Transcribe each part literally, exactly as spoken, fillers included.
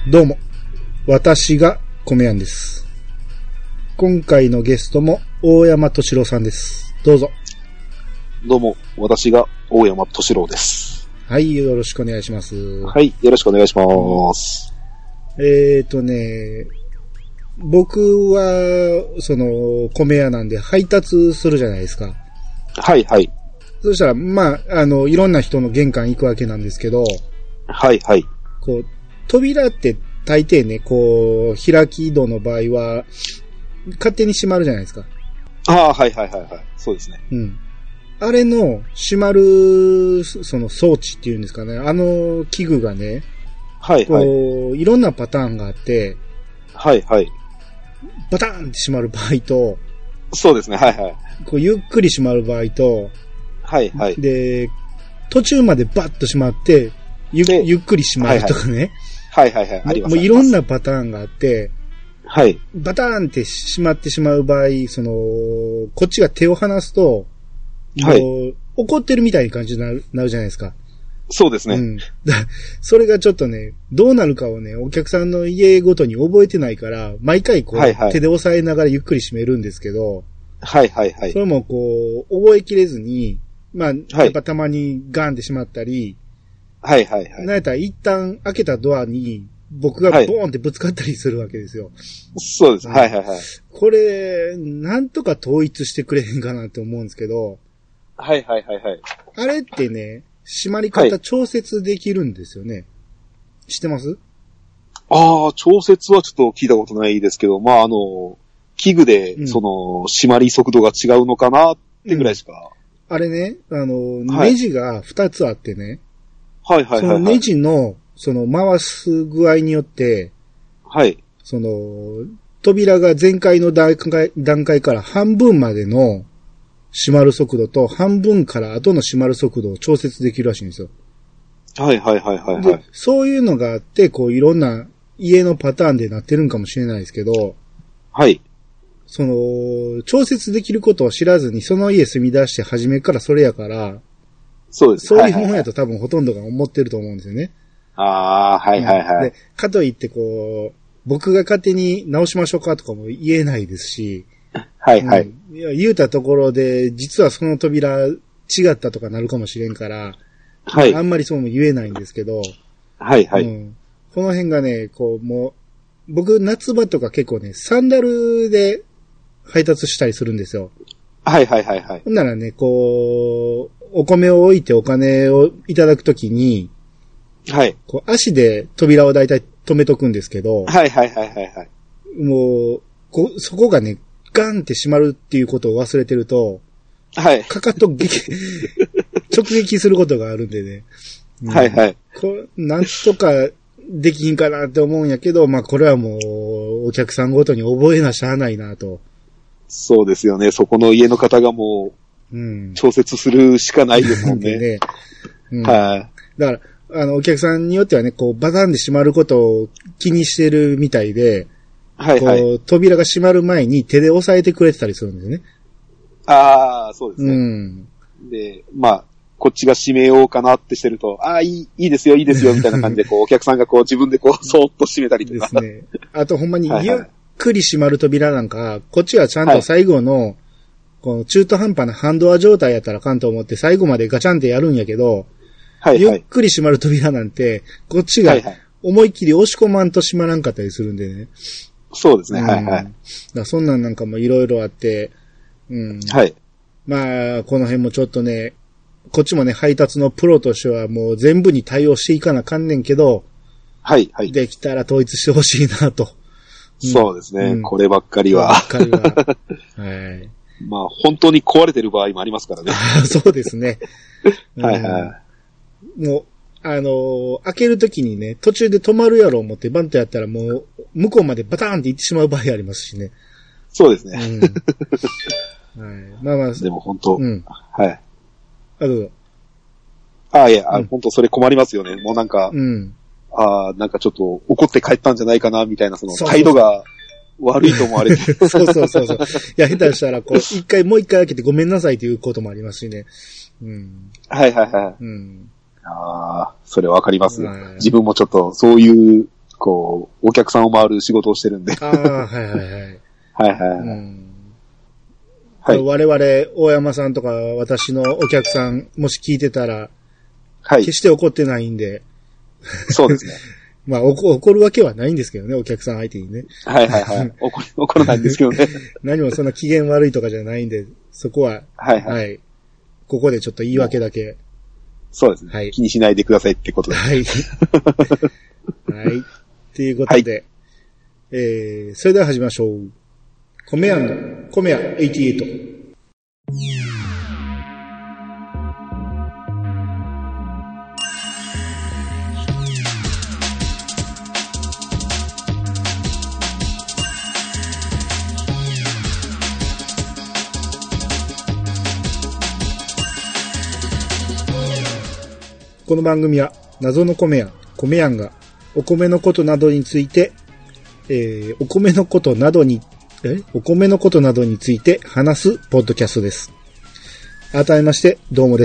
どうも、私が米やんです。今回のゲストも大山敏郎さんです。どうぞ。 どうも、私が大山敏郎です。 はい、よろしくお願いします。 はい、よろしくお願いします。 えーとね、僕は、その、米屋なんで配達するじゃないですか。 はいはい。 そしたら、まあ、あの、いろんな人の玄関行くわけなんですけど、 はいはい。 こう、扉って大抵ね、こう、開き戸の場合は、勝手に閉まるじゃないですか。 ああ、はいはいはいはい。そうですね。 うん。あれの閉まる、その装置っていうんですかね。あの器具がね、 はいはい。 こう、いろんなパターンがあって、 はいはい。 バターンって閉まる場合と、 そうですね。はいはい。 こうゆっくり閉まる場合と、 はいはい。 で、途中までバッと閉まって、ゆ, ゆっくり閉まるとかね。 はいはいはい。あります。 もういろんなパターンがあって、 はい。 バターンって閉まってしまう場合、その、こっちが手を離すと、はい、怒ってるみたいな感じになる、なるじゃないですか。 そうですね。 うん。だそれがちょっとね、どうなるかをね、お客さんの家ごとに覚えてないから、毎回こう、はいはい、手で押さえながらゆっくり閉めるんですけど、 はいはいはい。 それもこう、覚えきれずに、まあ、やっぱたまにガンってしまったり、 はいはいはい。 なんやったら一旦開けたドアに、僕がボーンってぶつかったりするわけですよ。はい、 そうです。はいはいはい。 これ、なんとか統一してくれへんかなって思うんですけど、 はいはいはいはい。 あれってね、閉まり方調節できるんですよね。はい、知ってます？ ああ、調節はちょっと聞いたことないですけど、まああの、器具で、その、閉まり速度が違うのかなってぐらいしか。 うん、あれね、あの、ネジがふたつあってね。 はいはいはい、はい。 そのネジの、その回す具合によって、 はい。 その、扉が前回の段階、段階から半分までの閉まる速度と半分から後の閉まる速度を調節できるらしいんですよ。 はいはいはいはい、はい。 で、そういうのがあって、こういろんな家のパターンでなってるんかもしれないですけど、 はい。 その、調節できることを知らずにその家住み出して初めからそれやから、 そうです。 そういうもんやと多分ほとんどが思ってると思うんですよね。 ああ、はいはいはい。 で、かといってこう、僕が勝手に直しましょうかとかも言えないですし、 はいはい。 うん、いや言うたところで、実はその扉違ったとかなるかもしれんから、はい。あんまりそうも言えないんですけど、 はいはい。 うん、この辺がね、こうもう、僕夏場とか結構ね、サンダルで配達したりするんですよ。 はいはいはいはい。 ほんならね、こう、お米を置いてお金をいただくときに、 はい。 こう足で扉をだいたい止めとくんですけど、 はいはいはいはいはい。 もう、こそこがね、ガンって閉まるっていうことを忘れてると、 はい。 かかと撃、直撃することがあるんでね。 うん、はいはい。 こなんとかできひんかなって思うんやけど、まあこれはもう、お客さんごとに覚えなしゃあないなと。 そうですよね。そこの家の方がもう、うん、調節するしかないですもんね。ねうん、はい。だから、あの、お客さんによってはね、こう、バタンで閉まることを気にしてるみたいで、はいはい。こう、扉が閉まる前に手で押さえてくれてたりするんですよね。 ああ、そうですね。 うん。 で、まあ、こっちが閉めようかなってしてると、ああ、いい、いいですよ、いいですよ、みたいな感じで、こう、お客さんがこう、自分でこう、そーっと閉めたりとか。 ですね。あと、ほんまに、ゆっくり閉まる扉なんか、こっちはちゃんと最後の、はい、この中途半端なハンドア状態やったらあかんと思って最後までガチャンってやるんやけど、はいはい、ゆっくり閉まる扉なんて、こっちが思いっきり押し込まんと閉まらんかったりするんでね。 そうですね、うん、はいはい。 だそんなんなんかもいろいろあって、うん。はい。まあ、この辺もちょっとね、こっちもね、配達のプロとしてはもう全部に対応していかなあかんねんけど、 はいはい。 できたら統一してほしいなと。 うん、そうですね、うん、こればっかりは。 こればっかりは。はい。 まあ、本当に壊れてる場合もありますからね。 そうですね。 はいはい。 もう、あのー、開けるときにね、途中で止まるやろう思ってバンとやったらもう、向こうまでバターンって行ってしまう場合ありますしね。 そうですね。 うん、はい。まあまあ。 でも本当、うん。はい。 あ、どうぞ。 ああ、いや、うん、本当それ困りますよね。もうなんか、 うん。 ああ、なんかちょっと怒って帰ったんじゃないかな、みたいな、その態度が悪いと思われて。 そうそうそうそう。いや、下手したら、こう、一回、もう一回開けてごめんなさいということもありますしね。うん。 はいはいはい。 うん。 ああ、それわかります。自分もちょっとそういうこう、お客さんを回る仕事をしてるんで。 ああ、はいはいはい。 はいはい、うん。 はい。我々、大山さんとか私のお客さん、もし聞いてたら、はい。決して怒ってないんで。 そうですね。 まあ、怒、怒るわけはないんですけどね、お客さん相手にね。 はいはいはい。怒、怒らないんですけどね。 何もそんな機嫌悪いとかじゃないんで、そこは、はいはい。はい。ここでちょっと言い訳だけ。 そうですね。はい。気にしないでくださいってことで。はい。 はい。ということで、はい、えー、それでは始めましょう。米屋の、米屋はちじゅうはち。この番組は謎の米屋、米やんがお米のことなどについて、えー、お米のことなどに、えお米のことなどについて話すポッドキャストです。改めまして、どうもです。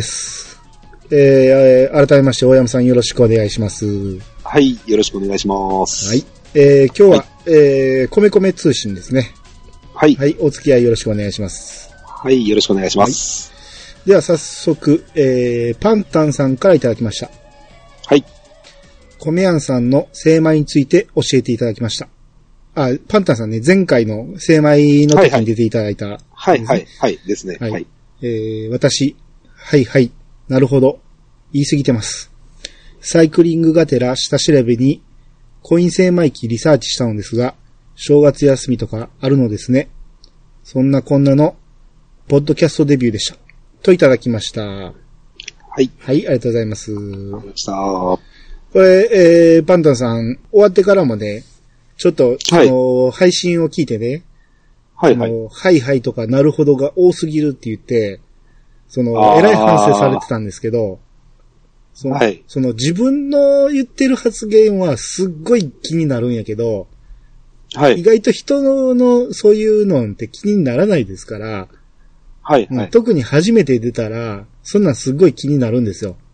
えー、改めまして、大山さんよろしくお願いします。 はい、よろしくお願いします。 はい。えー、今日は、はい、えー、米米通信ですね。 はい。 はい、お付き合いよろしくお願いします。 はい、よろしくお願いします。はいでは早速、えー、パンタンさんからいただきました。 はい。 米やんさんの精米について教えていただきました。あ、パンタンさんね、前回の精米の時に出ていただいた、ね。 はいはい、はい、はい、ですね。はい。はい、 えー、私、はいはい、なるほど。言い過ぎてます。サイクリングがてら下調べに、コイン精米機リサーチしたのですが、正月休みとかあるのですね。そんなこんなの、ポッドキャストデビューでした。といただきました。はい。 はい、ありがとうございます。ありがとうございました。これ、えー、パンタンさん、終わってからもね、ちょっと、はい、の配信を聞いてね、 はいはい。 はいはいとかなるほどが多すぎるって言って、その、えらい反省されてたんですけど、その、はい、その自分の言ってる発言はすっごい気になるんやけど、はい、意外と人の、のそういうのって気にならないですから、 はいはい、 特に初めて出たら、そんなんすごい気になるんですよ。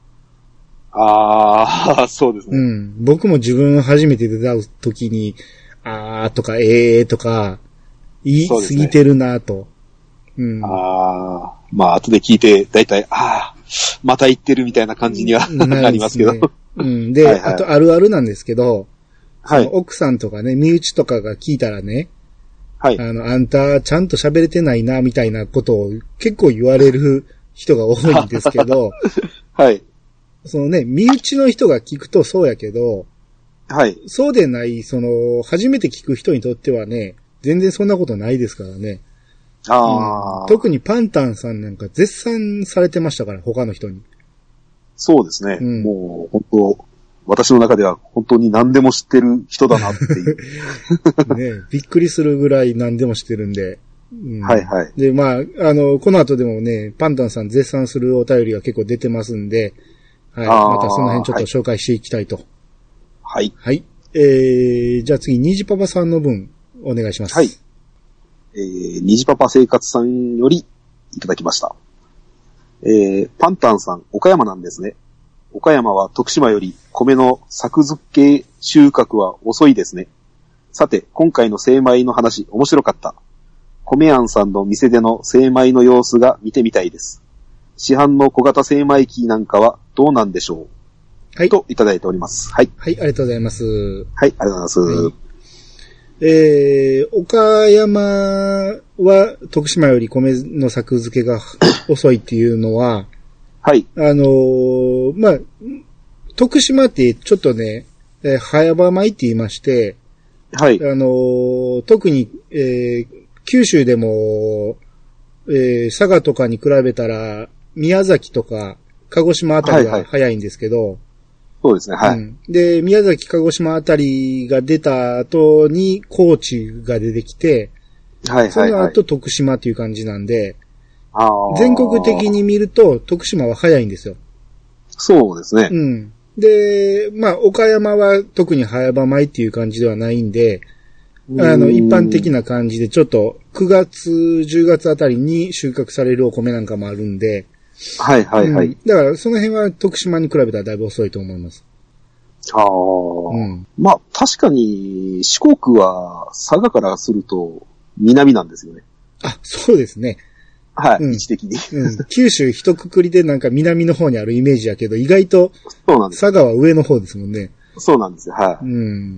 ああ、そうですね。 うん。僕も自分初めて出た時に、あーとかえーとか、言い過ぎてるなと。う、ね、うん。 ああ、まあ後で聞いて、だいたい、ああ、また言ってるみたいな感じにはなりますけど。 うん。で、はいはい、あとあるあるなんですけど、はい。奥さんとかね、身内とかが聞いたらね、はい。あの、あんた、ちゃんと喋れてないな、みたいなことを結構言われる人が多いんですけど、 はい。 そのね、身内の人が聞くとそうやけど、はい。そうでない、その、初めて聞く人にとってはね、全然そんなことないですからね。 ああ、 うん。特にパンタンさんなんか絶賛されてましたから、他の人に。 そうですね。うん、もう、本当私の中では本当に何でも知ってる人だなっていう。 ね、びっくりするぐらい何でも知ってるんで。 うん、はいはい。 で、まあ、あの、この後でもね、パンタンさん絶賛するお便りが結構出てますんで、はい。またその辺ちょっと紹介していきたいと。 はい。 はい。えー、じゃあ次、にじパパさんの分、お願いします。 はい。えー、にじパパ生活さんよりいただきました。えー、パンタンさん、岡山なんですね。岡山は徳島より米の作付け収穫は遅いですね。さて、今回の精米の話、面白かった。米庵さんの店での精米の様子が見てみたいです。市販の小型精米機なんかはどうなんでしょう、はい。といただいております。はい。 はい、ありがとうございます。 はい、ありがとうございます。はい、 えー、岡山は徳島より米の作付けが遅いっていうのは、はい。あのー、まあ、徳島ってちょっとね、えー、早場米って言いまして、はい。あのー、特に、えー、九州でも、えー、佐賀とかに比べたら、宮崎とか、鹿児島あたりが早いんですけど、はいはい、 そうですね、はい、うん。 で、宮崎、鹿児島あたりが出た後に、高知が出てきて、はいはいはい、その後徳島っていう感じなんで、あ全国的に見ると、徳島は早いんですよ。 そうですね。 うん。で、まあ、岡山は特に早場米っていう感じではないんで、あの、一般的な感じで、ちょっとくがつ、じゅうがつあたりに収穫されるお米なんかもあるんで、 はいはいはい。うん、 だから、その辺は徳島に比べたらだいぶ遅いと思います。 ああ、うん。まあ、確かに、四国は、佐賀からすると、南なんですよね。 あ、そうですね。 はい、うん、位置的に、 うん。九州一括りでなんか南の方にあるイメージやけど、意外と、佐賀は上の方ですもんね。 そうなんですよ、はい。 うん。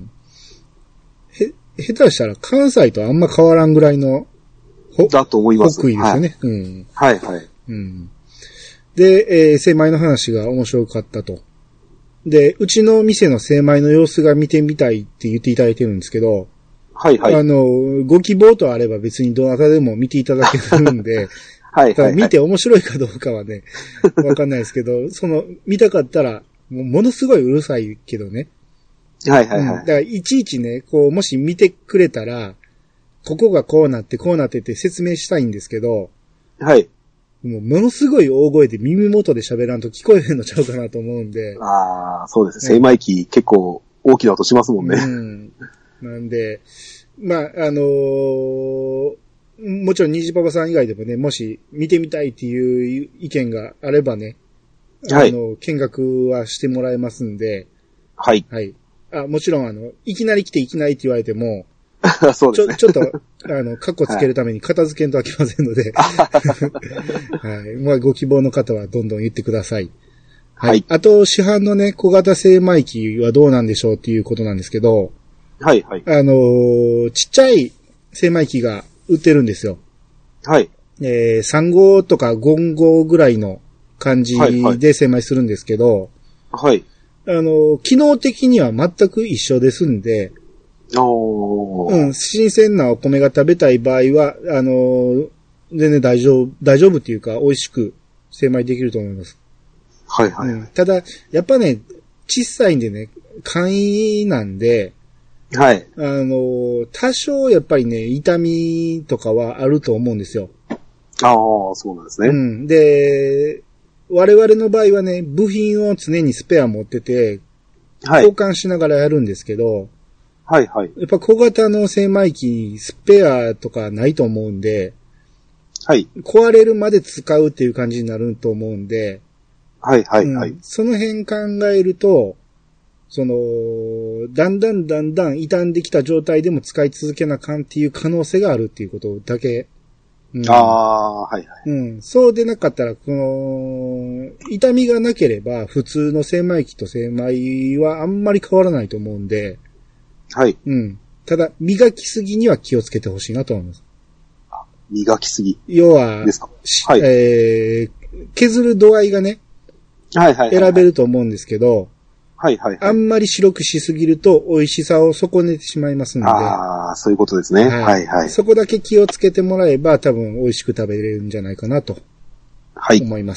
へ、下手したら関西とあんま変わらんぐらいの、 だと思います。 北緯ですよね。 はい、 うん。 はい、はい。 うん。で、えー、精米の話が面白かったと。で、うちの店の精米の様子が見てみたいって言っていただいてるんですけど、 はいはい。 あの、ご希望とあれば別にどなたでも見ていただけるんで、はい、はい、はい。見て面白いかどうかはね、わかんないですけど、その、見たかったら、もうものすごいうるさいけどね。 はいはいはい。うん、 だからいちいちね、こう、もし見てくれたら、ここがこうなってこうなってって説明したいんですけど、 はい。 もうものすごい大声で耳元で喋らんと聞こえへんのちゃうかなと思うんで。 ああ、そうですね。精米機結構大きな音しますもんね。 うん。なんで、まあ、あのー、もちろん虹パパさん以外でもね、もし見てみたいっていう意見があればね、はい。あの、見学はしてもらえますんで。 はい。 はい。あ、もちろんあの、いきなり来ていきなりって言われても、 そうですね。 ちょ、ちょっと、あの、カッコつけるために片付けんとあきませんので。はい。まあ、ご希望の方はどんどん言ってください。はい。はい、あと、市販のね、小型精米機はどうなんでしょうっていうことなんですけど、 はいはい。 あのー、ちっちゃい精米機が売ってるんですよ。 はい。 えー、さん号とかご号ぐらいの感じで精米するんですけど、 はい。 あのー、機能的には全く一緒ですんで、 おうん、新鮮なお米が食べたい場合は、あのー、全然大丈夫、大丈夫っていうか、美味しく精米できると思います。 はいはい、 うん。ただ、やっぱね、小さいんでね、簡易なんで、 はい。 あのー、多少やっぱりね、痛みとかはあると思うんですよ。 ああ、そうなんですね。 うん。で、我々の場合はね、部品を常にスペア持ってて、はい、交換しながらやるんですけど、 はいはい。 やっぱ小型の精米機、スペアとかないと思うんで、 はい。 壊れるまで使うっていう感じになると思うんで、 はいはいはい。うん、 その辺考えると、その、だんだんだんだん傷んできた状態でも使い続けなあかんっていう可能性があるっていうことだけ。 うん、ああ、はいはい。 うん。そうでなかったら、この、痛みがなければ、普通の精米機と精米はあんまり変わらないと思うんで、 はい。 うん。ただ、磨きすぎには気をつけてほしいなと思います。 あ、磨きすぎ。 要は、 ですか。はい。 えー、削る度合いがね、 はいはいはい、はい。 選べると思うんですけど、 はいはいはい。 あんまり白くしすぎると美味しさを損ねてしまいますので。 ああ、そういうことですね。はい、はいはい。 そこだけ気をつけてもらえば多分美味しく食べれるんじゃないかなと。はい。思います。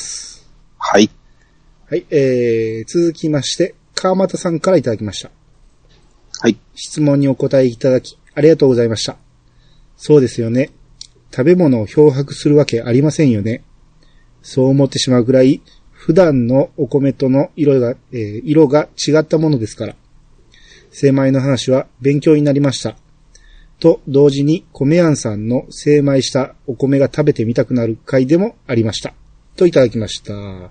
はい。 はい。えー、続きまして、川又さんからいただきました。 はい。 質問にお答えいただき、ありがとうございました。そうですよね。食べ物を漂白するわけありませんよね。そう思ってしまうぐらい、普段のお米との色が、えー、色が違ったものですから。精米の話は勉強になりました。と同時に米庵さんの精米したお米が食べてみたくなる回でもありました。といただきました。はい。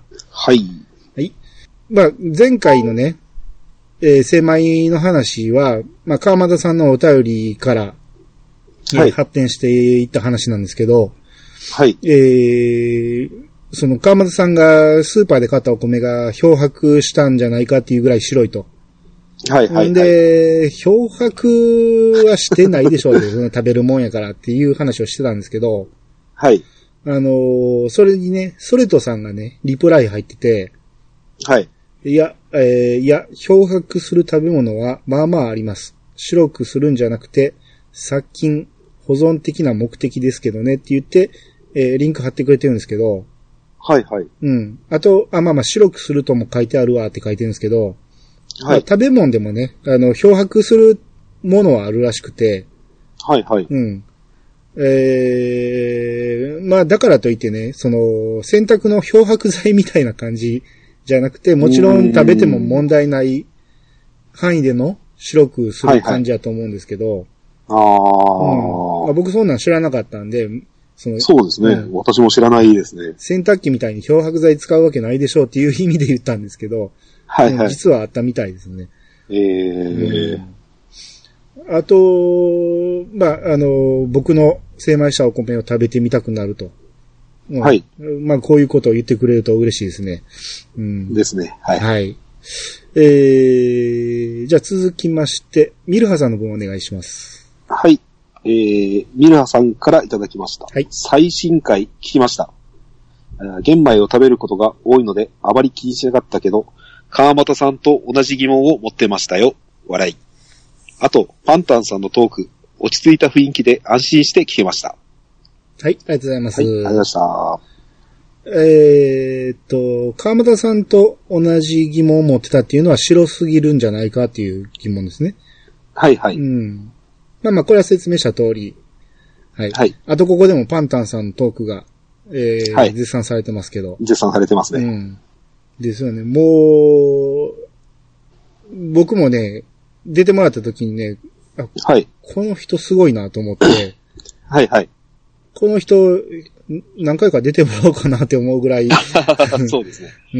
はい。まあ、前回のね、えー、精米の話は、まあ、川又さんのお便りから、はい、発展していった話なんですけど、 はい。 えー、その川又さんがスーパーで買ったお米が漂白したんじゃないかっていうぐらい白いと。 はいはい、はい。 で、漂白はしてないでしょうって、その食べるもんやからっていう話をしてたんですけど、 はい。 あのー、それにね、ソレトさんがね、リプライ入ってて、 はい。 いや、えー、いや、漂白する食べ物はまあまああります。白くするんじゃなくて、殺菌、保存的な目的ですけどねって言って、えー、リンク貼ってくれてるんですけど、 はいはい。 うん。あと、あ、まあまあ白くするとも書いてあるわって書いてるんですけど、はい。まあ、食べ物でもね、あの、漂白するものはあるらしくて、 はいはい。 うん。えー、まあだからといってね、その、洗濯の漂白剤みたいな感じじゃなくて、もちろん食べても問題ない範囲での白くする感じだと思うんですけど、はいはい、ああ、うんまあ、僕そんなん知らなかったんで、 そのそうですね、うん。私も知らないですね。 洗濯機みたいに漂白剤使うわけないでしょうっていう意味で言ったんですけど、はいはい。実はあったみたいですね。 えー。 うん、あと、まあ、あの、僕の精米したお米を食べてみたくなると。うん、はい。まあ、こういうことを言ってくれると嬉しいですね。うん。 ですね。はい。 はい。えー、じゃあ続きまして、ミルハさんの分お願いします。 はい。えー、ミルハさんからいただきました。はい。最新回聞きました。玄米を食べることが多いので、あまり気にしなかったけど、川又さんと同じ疑問を持ってましたよ。笑い。あと、パンタンさんのトーク、落ち着いた雰囲気で安心して聞けました。 はい、ありがとうございます。 はい、ありがとうございました。 えーっと、川又さんと同じ疑問を持ってたっていうのは白すぎるんじゃないかっていう疑問ですね。 はいはい。 うん。まあまあ、これは説明した通り。はい。 はい。 あとここでもパンタンさんのトークが、えー、はい、絶賛されてますけど。 絶賛されてますね。 うん。ですよね。もう、僕もね、出てもらった時にね、あ、はい。この人すごいなと思って、 はいはい。 この人、何回か出てもらおうかなって思うぐらい。 そうですね。 うん。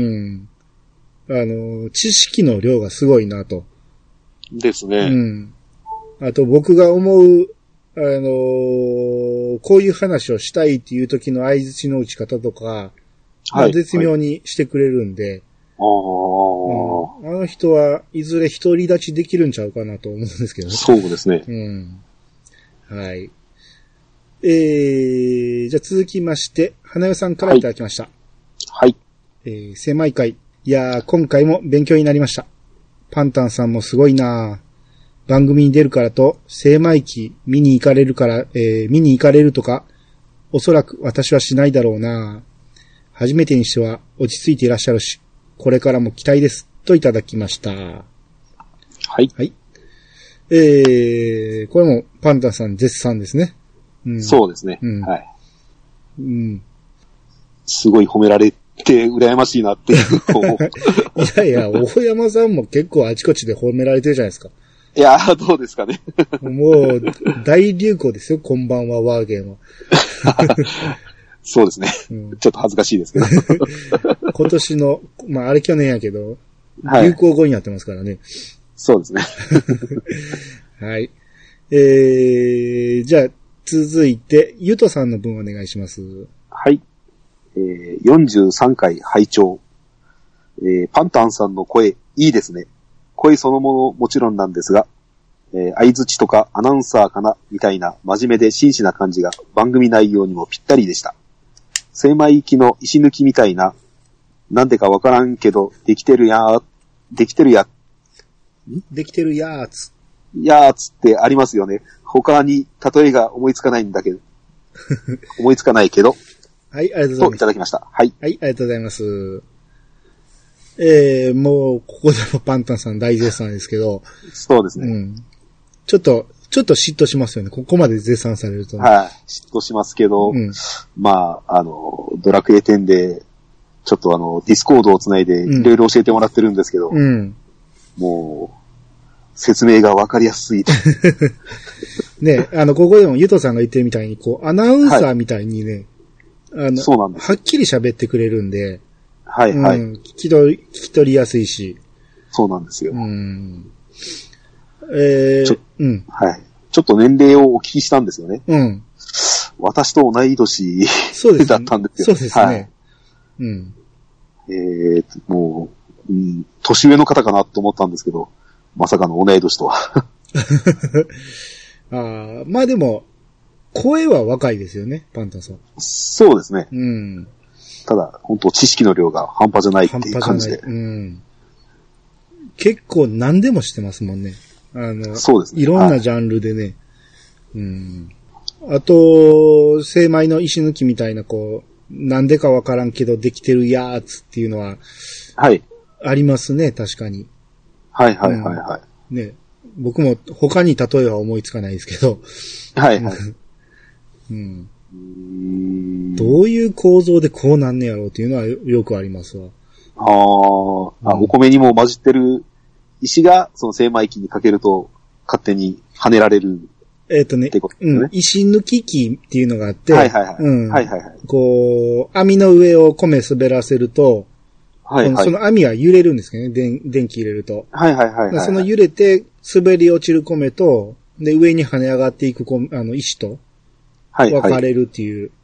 あの、知識の量がすごいなと。 ですね。 うん。あと僕が思う、あのー、こういう話をしたいっていう時の相槌の打ち方とか、はい、絶妙にしてくれるんで、はい、うん、あの人はいずれ独り立ちできるんちゃうかなと思うんですけどね。 そうですね。 うん。はい。えー、じゃあ続きまして、花代さんからいただきました。 はい。 えー、狭い会。いやー、今回も勉強になりました。パンタンさんもすごいなー。番組に出るからと、精米機見に行かれるから、えー、見に行かれるとか、おそらく私はしないだろうな。初めてにしては落ち着いていらっしゃるし、これからも期待です。といただきました。はい。はい。えー、これもパンタンさん絶賛ですね。 うん、そうですね。 うん、 はい。 うん。 すごい褒められて羨ましいなっていう。 いやいや、大山さんも結構あちこちで褒められてるじゃないですか。 いやー、どうですかね。 もう、大流行ですよ、こんばんは、ワーゲンは。 そうですね、うん。ちょっと恥ずかしいですけど。 今年の、まあ、あれ去年やけど、流行語になってますからね。はい、 そうですね。 はい。えー、じゃあ、続いて、ゆとさんの分お願いします。 はい。えー、よんじゅうさんかい拝聴、えー。パンタンさんの声、いいですね。声そのものもちろんなんですが、えー、相槌とかアナウンサーかなみたいな真面目で真摯な感じが番組内容にもぴったりでした。精米行きの石抜きみたいな、なんでかわからんけど、できてるやー、できてるや、 んできてるやーつ。 やーつってありますよね。他に例えが思いつかないんだけど、思いつかないけど。 はい、ありがとうございます。 といただきました。はい。 はい、ありがとうございます。えー、もう、ここでもパンタンさん大絶賛ですけど。 そうですね。 うん。ちょっと、ちょっと嫉妬しますよね。ここまで絶賛されると、ね。 はい、嫉妬しますけど、うん、まあ、あの、ドラクエテンで、ちょっとあの、ディスコードをつないでいろいろ教えてもらってるんですけど、 うん、 もう、説明がわかりやすすぎて。 ね、あの、ここでもゆとさんが言ってるみたいに、こう、アナウンサーみたいにね、はい、あの、そうなんです。はっきり喋ってくれるんで、 はいはい、 うん。聞き取り、聞き取りやすいし。 そうなんですよ。 うん。えー、うん。 はい。ちょっと年齢をお聞きしたんですよね。 うん。 私と同い年そうです、ね、 だったんですよ。 そうですね。はい、 うん。えー、もう、うん、年上の方かなと思ったんですけど、まさかの同い年とは。 あまあでも、声は若いですよね、パンタさん。 そうですね。 うん。 ただ、本当知識の量が半端じゃないっていう感じで。 うん。結構何でもしてますもんね。あの、 そうですね。 いろんなジャンルでね。はい、うん。あと、精米の石抜きみたいな、こう、なんでかわからんけどできてるやつっていうのは、 はい。 ありますね、確かに。 はいはいはいはい。 うん、ね。僕も他に例えは思いつかないですけど。 はいはい。 うん。どういう構造でこうなんねやろうっていうのはよくありますわ。 あ、うん、あ、お米にも混じってる石がその精米機にかけると勝手に跳ねられる。 えっ、ー、とね、うん、石抜き機っていうのがあって、 はいはいはい。 うん、 はいはいはい。 こう、網の上を米滑らせると、 はいはい。 その網は揺れるんですけどね、電電気入れると。 はいはいはい、はい。 その揺れて滑り落ちる米と、で、上に跳ね上がっていく米、あの、石と、分かれるっていう。はいはい、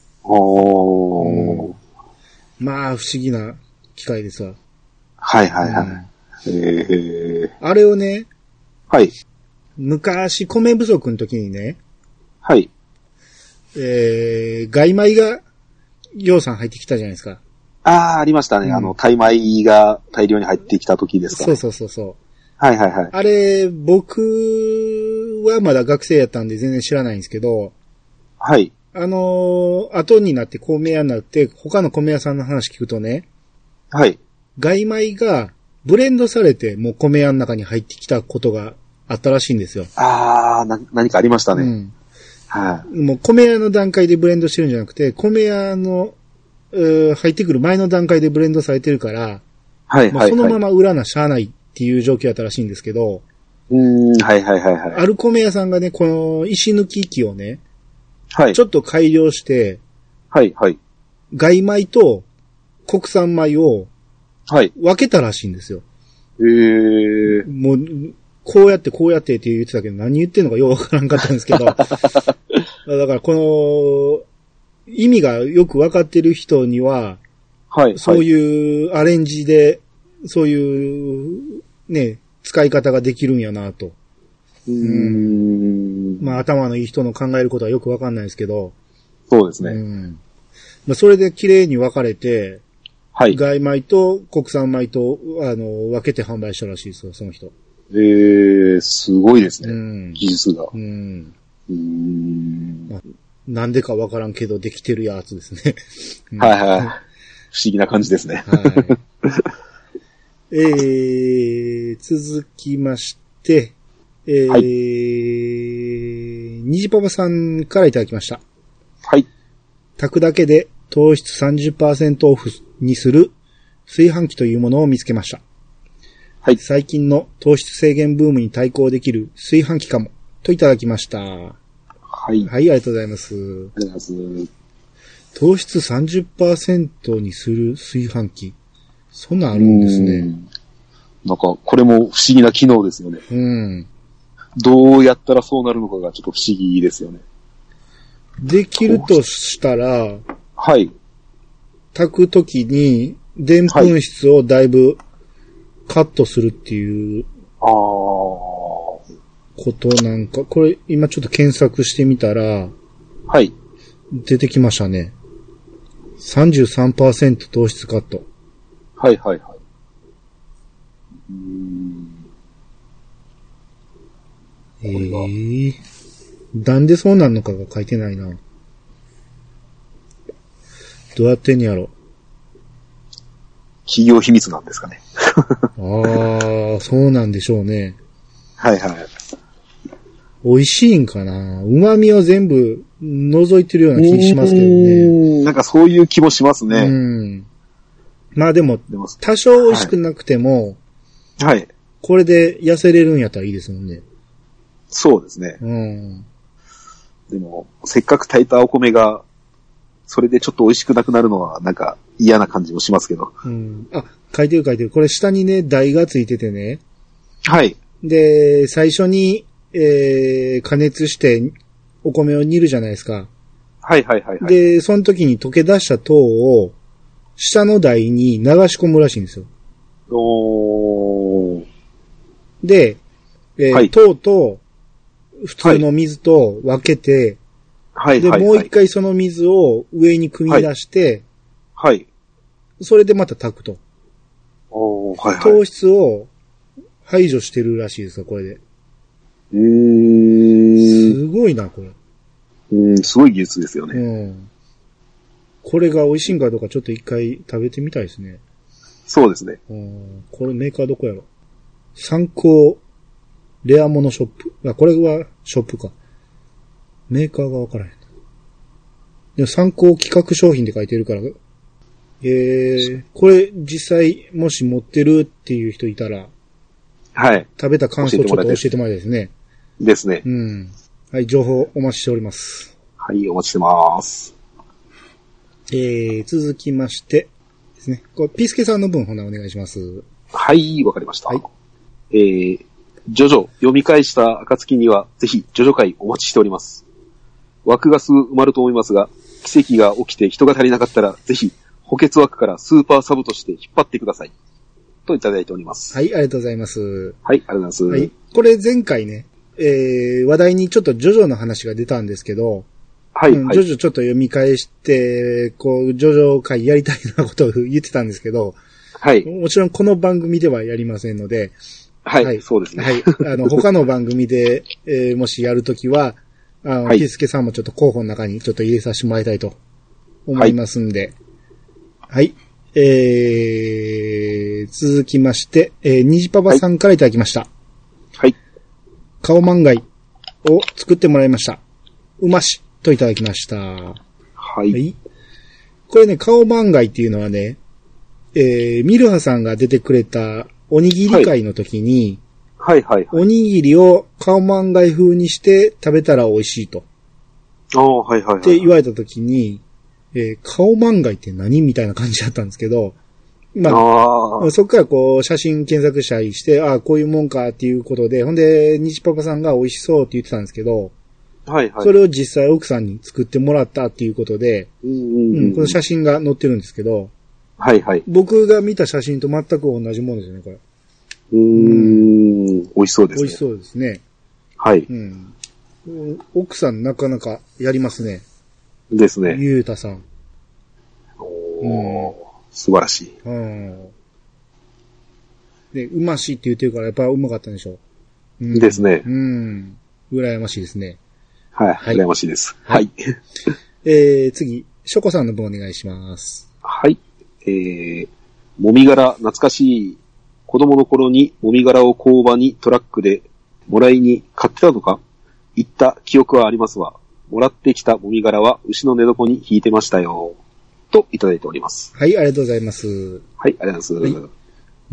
おー、うん。まあ、不思議な機械ですわ。 はいはいはい。うん、えー、 あれをね、 はい。 昔米不足の時にね、 はい。 えー、外米が、養蚕入ってきたじゃないですか。 ああ、ありましたね。うん、あの、タイ米が大量に入ってきた時ですか、ね。 そうそうそうそう。 はいはいはい。 あれ、僕はまだ学生やったんで全然知らないんですけど、 はい。 あのー、後になって米屋になって、他の米屋さんの話聞くとね、 はい。 外米がブレンドされて、もう米屋の中に入ってきたことがあったらしいんですよ。 ああ、な、何かありましたね。うん。 はい。もう米屋の段階でブレンドしてるんじゃなくて、米屋の、入ってくる前の段階でブレンドされてるから、はいはいはい。そのまま売らなしゃあないっていう状況やったらしいんですけど、 うーん、はいはいはいはい。 ある米屋さんがね、この石抜き機をね、 はい。 ちょっと改良して、 はいはい。 外米と国産米を、はい。分けたらしいんですよ。 へー。 もう、こうやってこうやってって言ってたけど、何言ってんのかようわからんかったんですけど、だからこの、意味がよく分かってる人には、はい。そういうアレンジで、そういう、ね、使い方ができるんやなと。 うーん。 まあ頭のいい人の考えることはよく分かんないですけど。 そうですね。 うん。まあそれで綺麗に分かれて、はい。外米と国産米と、あの、分けて販売したらしいですよ、その人。 ええー、すごいですね。うん、技術が。うん。うーん。 まあなんでかわからんけどできてるやつですね。 はいはい。不思議な感じですね。はい。 えー、続きまして、えー、はい、にじパパさんからいただきました。 はい。 炊くだけで糖質 さんじゅっパーセント オフにする炊飯器というものを見つけました。はい。最近の糖質制限ブームに対抗できる炊飯器かも、といただきました。はい。はい、ありがとうございます。ありがとうございます。 糖質 さんじゅっパーセント にする炊飯器。そんなんあるんですね。んなんか、これも不思議な機能ですよね。うん。どうやったらそうなるのかがちょっと不思議ですよね。 できるとしたら、 はい。 炊くときに、でんぷん質をだいぶカットするっていう、ああ。ことなんか、これ今ちょっと検索してみたら、 はい。 出てきましたね。さんじゅうさんパーセント 糖質カット。 はいはいはい。うーん。 ええー。なんでそうなんのかが書いてないな。どうやってんやろ。 企業秘密なんですかね。 ああ、そうなんでしょうね。 はいはい。 美味しいんかな。旨味を全部除いてるような気しますけどね。 なんかそういう気もしますね。うん。まあでも、多少美味しくなくても、はい。これで痩せれるんやったらいいですもんね。 そうですね。うん。でも、せっかく炊いたお米が、それでちょっと美味しくなくなるのは、なんか嫌な感じもしますけど。 うん。あ、書いてる書いてる。これ下にね、台がついててね。 はい。 で、最初に、えー、加熱してお米を煮るじゃないですか。 はいはいはい、はい。 で、その時に溶け出した糖を下の台に流し込むらしいんですよ。 おー。 で、えーはい、糖と普通の水と分けて、はい、で、はいはいはい、もう一回その水を上に汲み出して、はい。はい、それでまた炊くと。 おー、はいはい。 糖質を排除してるらしいですよ、これで。 うーん。 すごいな、これ。 うん、すごい技術ですよね。 うん。これが美味しいんかどうかちょっと一回食べてみたいですね。 そうですね。 うん。これメーカーどこやろ？参考レアモノショップ。あ、これはショップか。メーカーがわからへん。でも参考企画商品って書いてるから、えー、これ実際もし持ってるっていう人いたら、 はい。 食べた感想ちょっと教えてもらいたいですね。 ですね。 うん。はい、情報お待ちしております。 はい、お待ちしてます。 えー、続きまして、 ですね。こうピースケさんの分、ほなお願いします。 はい、わかりました。 はい。 えー、ジョジョ読み返した暁には、ぜひ、ジョジョ会お待ちしております。枠がすぐ埋まると思いますが、奇跡が起きて人が足りなかったら、ぜひ、補欠枠からスーパーサブとして引っ張ってください。といただいております。 はい、ありがとうございます。 はい、ありがとうございます。 はい。これ前回ね、えー、話題にちょっとジョジョの話が出たんですけど、はい、うん、はい。ジョジョちょっと読み返して、こう、ジョジョ会やりたいようなことを言ってたんですけど、はい。もちろんこの番組ではやりませんので、 はい、はい、そうですね。 はい。あの、他の番組で、えー、もしやるときは、あの、はい、ピースケさんもちょっと候補の中にちょっと入れさせてもらいたいと思いますんで、はい。はい、えー、続きまして、えー、虹パパさんからいただきました。はい。顔漫画を作ってもらいました。うましといただきました。はい。はい。これね、顔漫画っていうのはね、えー、ミルハさんが出てくれたおにぎり会の時に、はい、はいはいはい。おにぎりを顔漫画風にして食べたら美味しいと。ああ、はいはいはい。って言われた時に、えー、顔漫画って何みたいな感じだったんですけど、まあ、あそこからこう写真検索したりして、ああ、こういうもんかっていうことで、ほんで、西パパさんが美味しそうって言ってたんですけど、はいはい。それを実際奥さんに作ってもらったっていうことで、うんうんうんうん、この写真が載ってるんですけど、はいはい。僕が見た写真と全く同じものですよね、これ。うーん、うん、美味しそうですね。美味しそうですね。はい。うん。奥さんなかなかやりますね。ですね。ゆうたさん。おー、うん、素晴らしい。うん。で、うましいって言ってるからやっぱうまかったんでしょう。うん、ですね。うん。羨ましいですね。はい。はい、羨ましいです。はい。はい、えー、次、ショコさんの分お願いします。はい。えー、もみ殻懐かしい。子供の頃にもみ殻を工場にトラックでもらいに買ってたのか行った記憶はありますわ。もらってきたもみ殻は牛の寝床に引いてましたよ。といただいております。はい、ありがとうございます。はい、ありがとうございます。はい、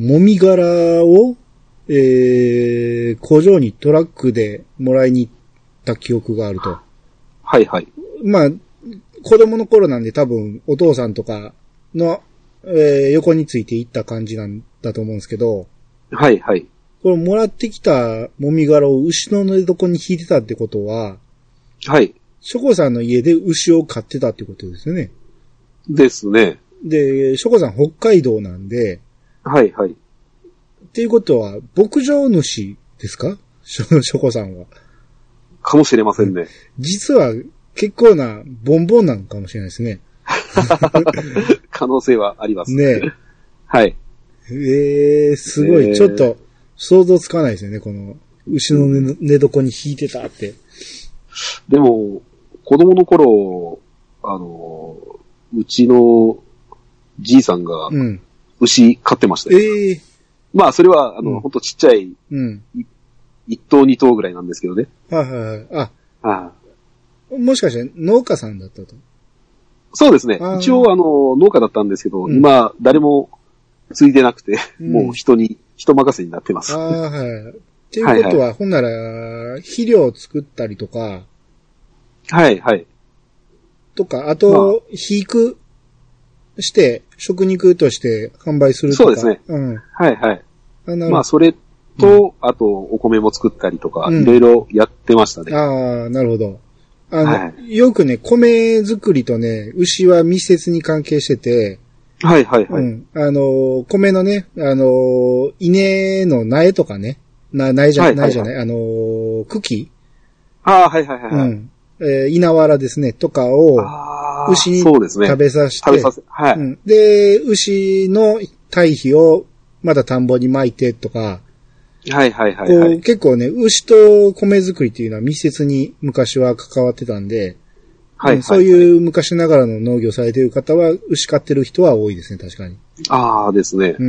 もみ殻を、えー、工場にトラックでもらいに行った記憶があると。はいはい。まあ、子供の頃なんで多分お父さんとかの、えー、横についていった感じなんだと思うんですけど。はいはい。これもらってきたもみ殻を牛の寝床に引いてたってことは、はい。ショコさんの家で牛を飼ってたってことですよね。ですね。で、ショコさん北海道なんで、はいはい。っていうことは、牧場主ですか？ショ、ショコさんは。かもしれませんね。実は結構なボンボンなのかもしれないですね。可能性はありますね。はい。ええー、すごい、えー、ちょっと想像つかないですよね、この牛の寝、寝床に引いてたって。でも、子供の頃、あの、うちのじいさんが牛飼ってましたよ。うん、ええー。まあ、それは、あの、うん、ほんとちっちゃい、うん、一頭二頭ぐらいなんですけどね。はいはいはい。あ、ああ、もしかして農家さんだったと？そうですね。一応、あの、農家だったんですけど、うん、今、誰も継いでなくて、うん、もう人に、人任せになってます。ああ、はい。っていうことは、はいはい、ほんなら、肥料を作ったりとか、はいはい。とか、あと、肥育して、食肉として販売するとか。そうですね。うん。はいはい。あまあ、それと、うん、あと、お米も作ったりとか、いろいろやってましたね。ああ、なるほど。あの、はい、よくね、米作りとね、牛は密接に関係してて、はいはいはい。うん。あの、米のね、あの、稲の苗とかね、な、苗じゃ、はいはいはい、苗じゃない、あの、茎ああ、はいはいはい。うん。えー、稲わらですね、とかを、牛に食べさせて、ね、食べさせ、はい、うん。で、牛の堆肥をまた田んぼに撒いてとか、はいはいはい、はい。こう結構ね、牛と米作りっていうのは密接に昔は関わってたんで、はいはいはい、そういう昔ながらの農業されている方は、牛飼ってる人は多いですね、確かに。ああですね。うん。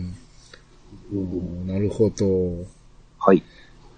うん、なるほど。はい。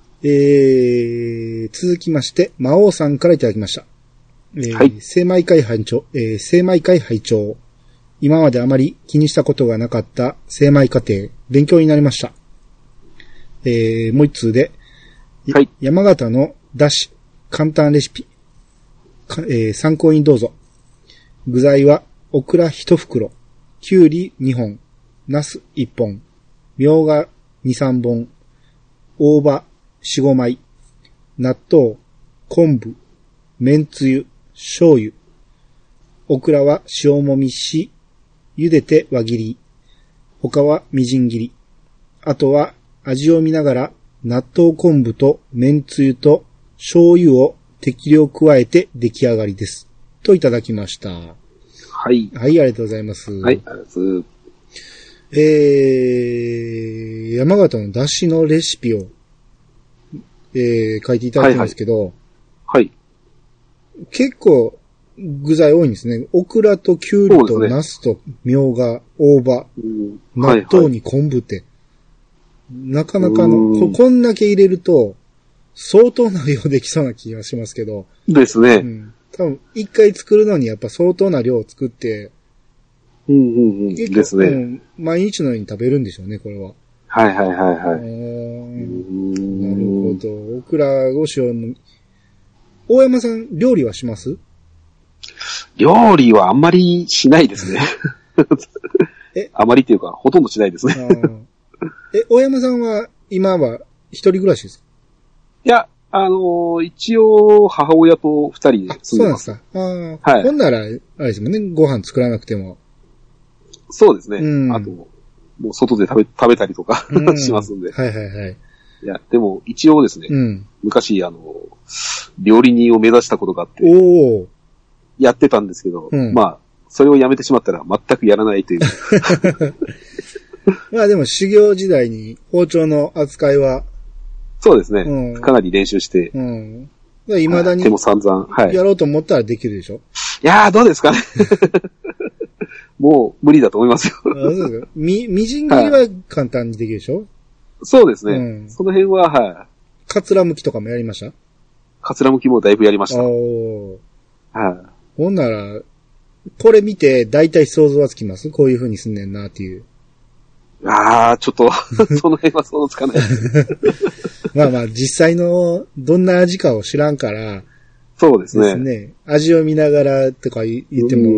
えー、続きまして、魔王さんからいただきました。えー、はい。精米会拝聴、えー、精米会拝聴。今まであまり気にしたことがなかった精米過程、勉強になりました。えー、もう一通で、はい。山形のだし、簡単レシピ、えー、参考にどうぞ。具材は、オクラ一袋、 きゅうりにほん、ナスいっぽん、みょうがに、さんぼん、大葉よん、ごまい、納豆、昆布、めんつゆ、醤油、オクラは塩もみし、茹でて輪切り、他はみじん切り。あとは味を見ながら納豆昆布とめんつゆと醤油を適量加えて出来上がりです。といただきました。はい。 はい、ありがとうございます。 はい、ありがとうございます。 えー、山形の出汁のレシピを、えー、書いていただいてますけど、はい、 はい。 結構具材多いんですね。オクラとキュウリとナスとミョウガ、大葉、うん、納豆に昆布って、はいはい、なかなかのこ、こんだけ入れると、相当な量できそうな気がしますけど。 ですね。 うん、多分、一回作るのにやっぱ相当な量を作って、 うんうんうん。ですね、うん。 毎日のように食べるんでしょうね、これは。 はいはいはいはい。 なるほど。オクラご塩の、大山さん、料理はします？ 料理はあんまりしないですね。えあまりっていうか、ほとんどしないですね。 え、大山さんは、今は一人暮らしですか？ いや、あのー、一応、母親と二人で住んでます。 そうなんですか。あはい。ほんなら、あれですもんね、ご飯作らなくても。 そうですね。うん、あと、もう外で食べ、食べたりとかしますんで。 はいはいはい。 いや、でも、一応ですね、うん、昔、あの、料理人を目指したことがあって、 おー。 やってたんですけど、うん、まあ、それをやめてしまったら全くやらないという。 まあでも修行時代に包丁の扱いは。 そうですね。うん、かなり練習して。 うん。未だに。 手も散々。はい。 やろうと思ったらできるでしょ？いやー、どうですかね。もう無理だと思いますよ。 あそうですか。み、みじん切りは簡単にできるでしょ？はい、 そうですね。うん、その辺は、はい。 カツラむきとかもやりました？ カツラむきもだいぶやりました。 おー。 はい。 ほんなら、これ見て、だいたい想像はつきます？こういう風にすんねんなっていう。 ああ、ちょっと、その辺は想像つかない。 まあまあ、実際の、どんな味かを知らんから。 そうですね。 ですね。味を見ながらとか言っても。うん。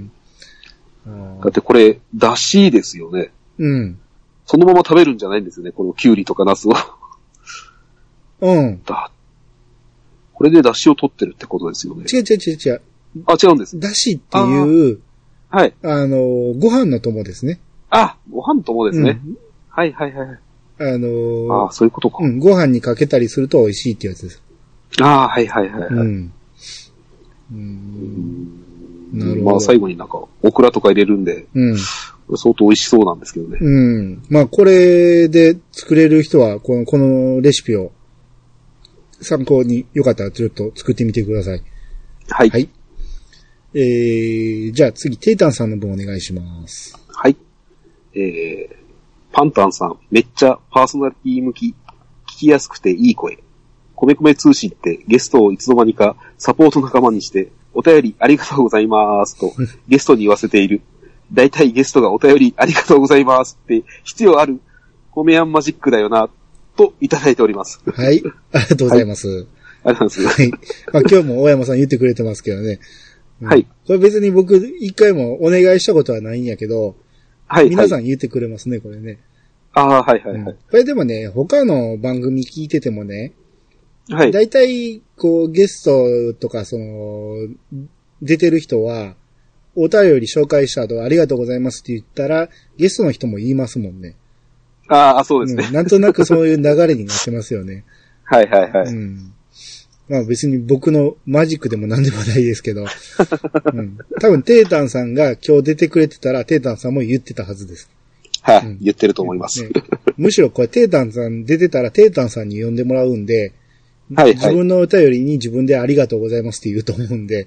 だってこれ、だしですよね。 うん。 そのまま食べるんじゃないんですよね、このキュウリとかナスを。 うん。 だ。これでだしを取ってるってことですよね。 違う違う違う違う。 あ、違うんです。 だしっていう、 はい。 あの、ご飯の友ですね。 あ、ご飯の友ですね。うん、はいはいはい。 あのー、 あそういうことか。 うん、ご飯にかけたりすると美味しいってやつです。 ああ、はいはいはい、はい。うん。 うーんなるほど。まあ最後になんか、オクラとか入れるんで、うん。相当美味しそうなんですけどね。 うん。まあこれで作れる人は、この、このレシピを参考によかったらちょっと作ってみてください。 はい。 はい。えー、じゃあ次、テイタンさんの分お願いします。 はい。えー、パンタンさん、めっちゃパーソナリティ向き、聞きやすくていい声。米米通信ってゲストをいつの間にかサポート仲間にして、お便りありがとうございますとゲストに言わせている。だいたいゲストがお便りありがとうございますって必要ある米アンマジックだよな、といただいております。 はい。ありがとうございます。はい、 ありがとうございます。 はい。まあ今日も大山さん言ってくれてますけどね。うん、 はい。 これ別に僕一回もお願いしたことはないんやけど、はい。皆さん言ってくれますね、これね。 ああ、はいはいはい、うん。これでもね、他の番組聞いててもね、 はい。 だいたい、こう、ゲストとか、その、出てる人は、お便り紹介した後ありがとうございますって言ったら、ゲストの人も言いますもんね。 ああ、そうですね、 うん。なんとなくそういう流れになってますよね。 はいはいはい。 うん。まあ別に僕のマジックでも何でもないですけど、うん、多分テータンさんが今日出てくれてたら、テータンさんも言ってたはずです。 はい、うん、言ってると思います。 ね、むしろこれテータンさん出てたら、テータンさんに呼んでもらうんで、はいはい、自分のお便りに自分でありがとうございますって言うと思うんで。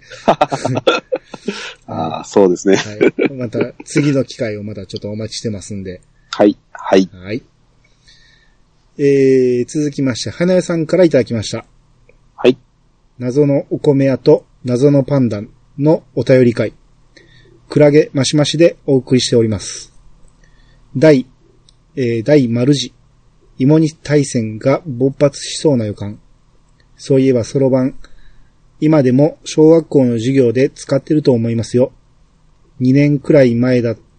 ああ、そうですね。 はい。また次の機会をまたちょっとお待ちしてますんで。 はい、はい。 はい。えー、続きまして、花屋さんからいただきました。 はい。 謎のお米屋と謎のパンダのお便り会。クラゲマシマシでお送りしております。第、えー、第丸次。芋煮大戦が勃発しそうな予感。そういえばそろばん、今でも小学校の授業で使ってると思いますよ。にねんくらい前だっ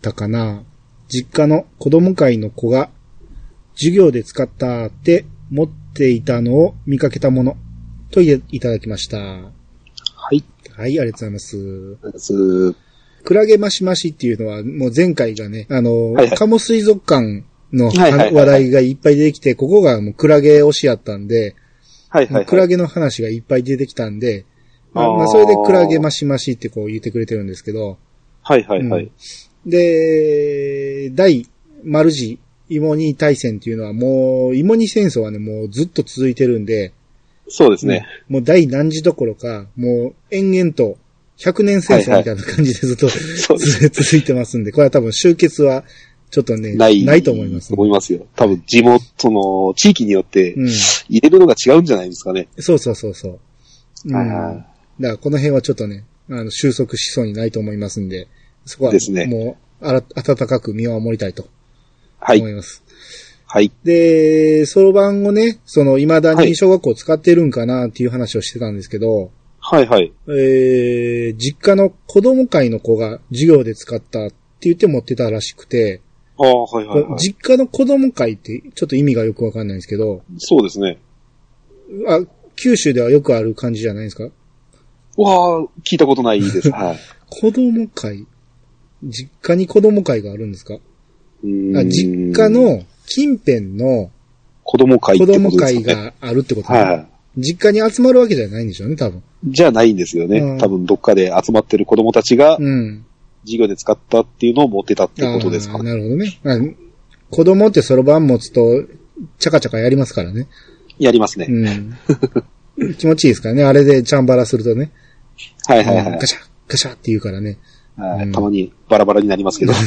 ったかな。実家の子供会の子が授業で使ったって持っていたのを見かけたものといただきました。はい。 はい、ありがとうございます。ありがとうございます。 クラゲマシマシっていうのはもう前回がね、あの、 はいはい、 鴨水族館のはいはいはいはい話題がいっぱい出てきて、ここがもうクラゲ推しやったんで、 はいはいはい、 クラゲの話がいっぱい出てきたんで、まあ、まあそれでクラゲマシマシってこう言ってくれてるんですけど、 はいはいはい。 うん、で、第丸次芋煮大戦っていうのはもう、芋煮戦争はね、もうずっと続いてるんで、 そうですね。 うん、もう第何次どころか、もう延々と百年戦争みたいな感じでずっと、はいはい、続いてますんで、これは多分終結はちょっとね、ない、ないと思います、 ね。思いますよ。多分地元の地域によって入れるのが違うんじゃないですかね。 うん、そうそうそうそう。うん、はいはい。だからこの辺はちょっとね、あの収束しそうにないと思いますんで、そこはもう、あら、温かく見守りたいと思います。 はい。 で、そろばんをね、その未だに小学校使ってるんかなっていう話をしてたんですけど、 はいはい。 えー、実家の子供会の子が授業で使ったって言って持ってたらしくて、 ああ、はいはい、はい。 実家の子供会ってちょっと意味がよくわかんないんですけど、 そうですね。 あ、九州ではよくある感じじゃないですか？ わあ、聞いたことないです。はい。 子供会実家に子供会があるんですか？うーんあ実家の近辺の子供会ってことですかね。子供会があるってことね。はい。実家に集まるわけじゃないんでしょうね、多分。 じゃないんですよね。うん、多分どっかで集まってる子供たちが、授業で使ったっていうのを持ってたってことですかね。 なるほどね。まあ、子供ってそろばん持つと、チャカチャカやりますからね。 やりますね。 うん、気持ちいいですからね。あれでチャンバラするとね。 はいはいはい。 ガシャッ、ガシャッって言うからね。 うん、たまにバラバラになりますけど。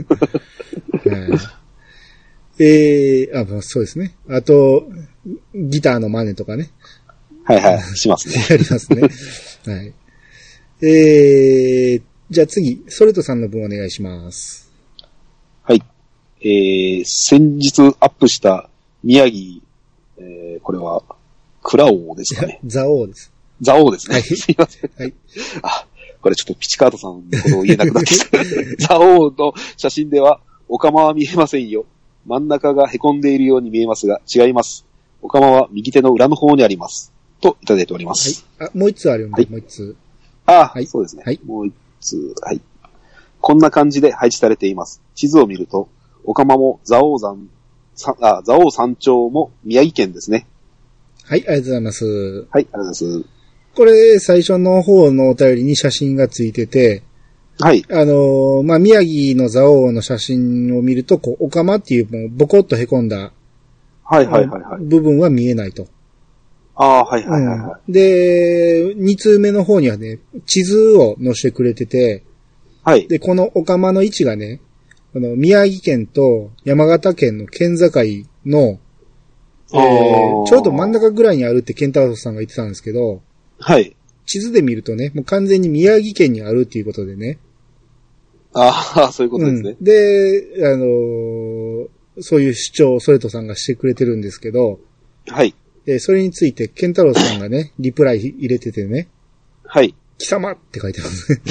えー、あ、まあ、そうですね。あと、ギターの真似とかね。 はいはい、しますね。 やりますね。はい。えー、じゃあ次、ソレトさんの分お願いします。 はい。えー、先日アップした宮城、えー、これは、クラオですかね。 ザオーです。 ザオーですね。 はい。 すいません。 はい。 あ、これちょっとピチカートさんのことを言えなくなってきた。ザオーの写真では、オカマは見えませんよ。真ん中が凹んでいるように見えますが、違います。オカマは右手の裏の方にあります。と、いただいております。 はい。あ、もう一つあるよね、はい、もう一つ。 あ、はい、そうですね。はい。もう一つ、はい。こんな感じで配置されています。地図を見ると、オカマも蔵王山、あ、蔵王山頂も宮城県ですね。 はい、ありがとうございます。はい、 ありがとうございます。 これ、最初の方のお便りに写真がついてて、 はい。 あのー、まあ、宮城の蔵王の写真を見ると、こう、オカマっていうもうボコッと凹んだ、 はいはいはいはい。 部分は見えないと。 ああ、はいはいはい、はいうん。で、二通目の方にはね、地図を載せてくれてて、 はい。 で、このオカマの位置がね、この宮城県と山形県の県境の、えー、ちょうど真ん中ぐらいにあるってケンタロウさんが言ってたんですけど、 はい。 地図で見るとね、もう完全に宮城県にあるっていうことでね。 ああ、そういうことですね。 うん、で、あのー、そういう主張をソレトさんがしてくれてるんですけど、 はい。 で、それについてケンタロウさんがね、リプライ入れててね、 はい。 貴様って書いてますね。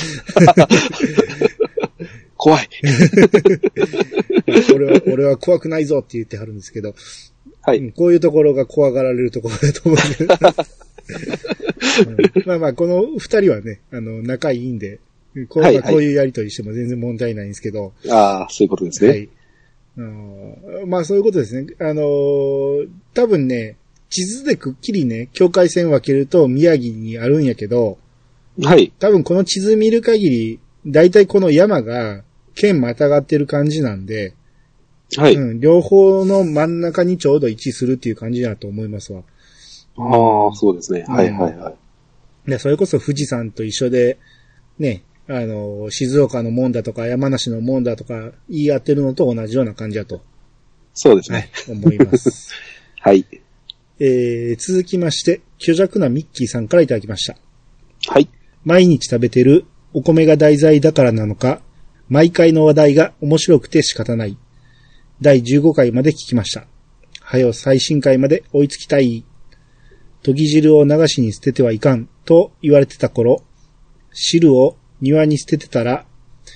怖い。 俺は、俺は怖くないぞって言ってはるんですけど、 はい。 こういうところが怖がられるところだと思うんで、うん、まあまあ、この二人はね、あの、仲いいんで、こう、はいはい、こういうやりとりしても全然問題ないんですけど。 ああ、そういうことですね。はい。 あのまあそういうことですね。あのー、多分ね、地図でくっきりね、境界線分けると宮城にあるんやけど、 はい。 多分この地図見る限り、だいたいこの山が県またがってる感じなんで、 はい。 うん、両方の真ん中にちょうど位置するっていう感じだと思いますわ。 ああ、そうですね。はいはいはい。 で、それこそ富士山と一緒で、ね、あの、静岡の門だとか山梨の門だとか言い合ってるのと同じような感じだと。 そうですね。 はい、思います。 はい。 えー、続きまして、虚弱なミッキーさんからいただきました。 はい。 毎日食べてるお米が題材だからなのか、毎回の話題が面白くて仕方ない。だいじゅうごかいまで聞きました。はよ最新回まで追いつきたい。とぎ汁を流しに捨ててはいかんと言われてた頃、汁を庭に捨ててたら、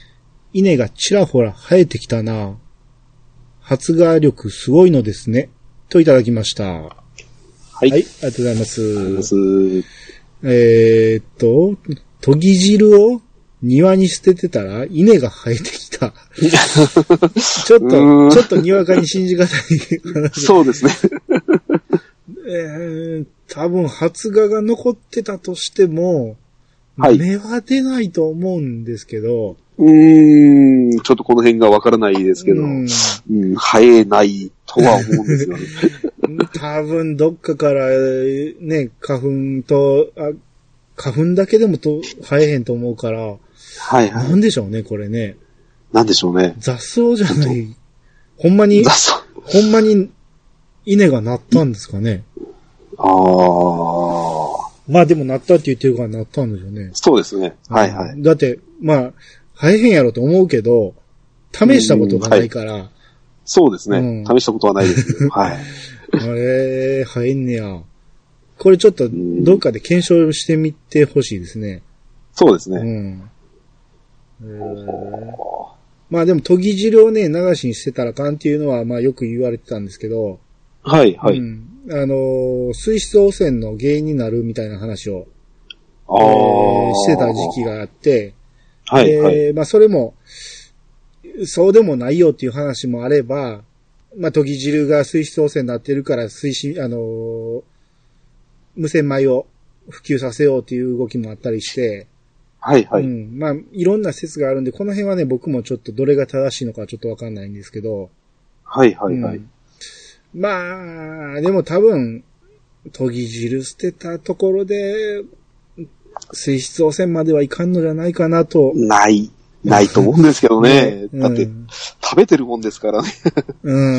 稲がちらほら生えてきたな。発芽力すごいのですね。といただきました。はい。はい、ありがとうございます。ありがとうございます。えー、っと、とぎ汁を庭に捨ててたら稲が生えてきた。ちょっと、ちょっとにわかに信じがたい話。 そうですね。 えー、多分発芽が残ってたとしても、はい、芽は出ないと思うんですけど。 うーん、ちょっとこの辺がわからないですけど、うん、うん、生えないとは思うんですよね。 多分どっかからね、花粉と、あ花粉だけでもと生えへんと思うから、はいはい。なんでしょうね、これね。 なんでしょうね。 雑草じゃない。ほんまに、雑草ほんまに稲が鳴ったんですかね。ああ。まあでも鳴ったって言ってるから鳴ったんでしょうね。 そうですね。はいはい。 だって、まあ、生えへんやろと思うけど、試したことがないから。はい、 そうですね、うん。試したことはないですけど。はい。 あれ、生えんねや。これちょっとどっかで検証してみてほしいですね。 そうですね。 うん。まあでも、研ぎ汁をね、流しにしてたらあかんっていうのは、まあよく言われてたんですけど。 はいはい。 うん、あの、水質汚染の原因になるみたいな話を、あえー、してた時期があって、はいはい。まあそれも、そうでもないよっていう話もあれば、まあ研ぎ汁が水質汚染になってるから水質、あのー、無洗米を普及させようっていう動きもあったりして、はいはい。うん。まあ、いろんな説があるんで、この辺はね、僕もちょっとどれが正しいのかちょっとわかんないんですけど。 はいはいはい。うん、 まあ、でも多分、研ぎ汁捨てたところで、水質汚染まではいかんのじゃないかなと。 ない、ないと思うんですけどね。ねだって、うん、食べてるもんですからね。 うん。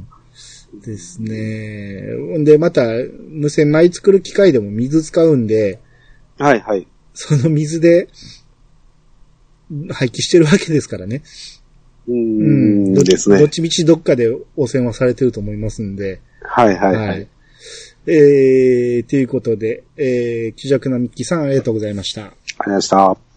ですね。で、また、無洗米作る機械でも水使うんで、 はいはい。 その水で、廃棄してるわけですからね。 うーん、うん、ですね。 どっちみちどっかで汚染はされてると思いますんで。 はいはいはい。はい、 えー、ということで、えー、気弱なミッキーさんありがとうございました。ありがとうございました。はい。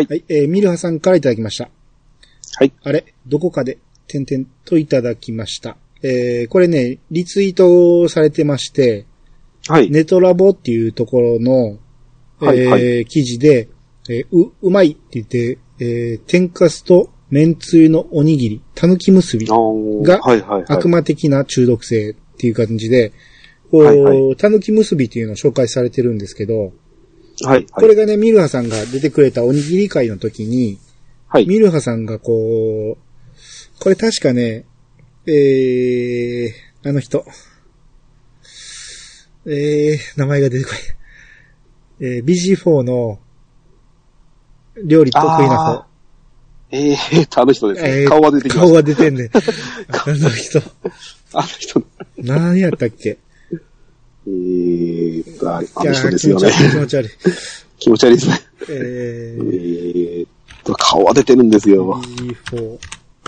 はい、えー、ミルハさんからいただきました。はい。あれ、どこかで、点々といただきました。えー、これね、リツイートされてまして、はい。ネトラボっていうところの、はいはい、えー、記事で、えー、う、うまいって言って、えー、天かすと麺つゆのおにぎり、たぬき結びが、悪魔的な中毒性っていう感じで、はいはい、たぬき結びっていうのを紹介されてるんですけど、はいはい、これがね、ミルハさんが出てくれたおにぎり会の時に、はい、ミルハさんがこう、これ確かね、えー、あの人、えー、名前が出てこない。えー、ビージーフォー の料理得意な方。 ええー、あの人ですね。えー、顔は出てきました。 顔は出てんね。あの人。 あの人。 何やったっけえーと、あの人ですよね。 気持ち悪い。 気持ち悪いですね。 えー、 えーと、顔は出てるんですよ。 ビージーフォー。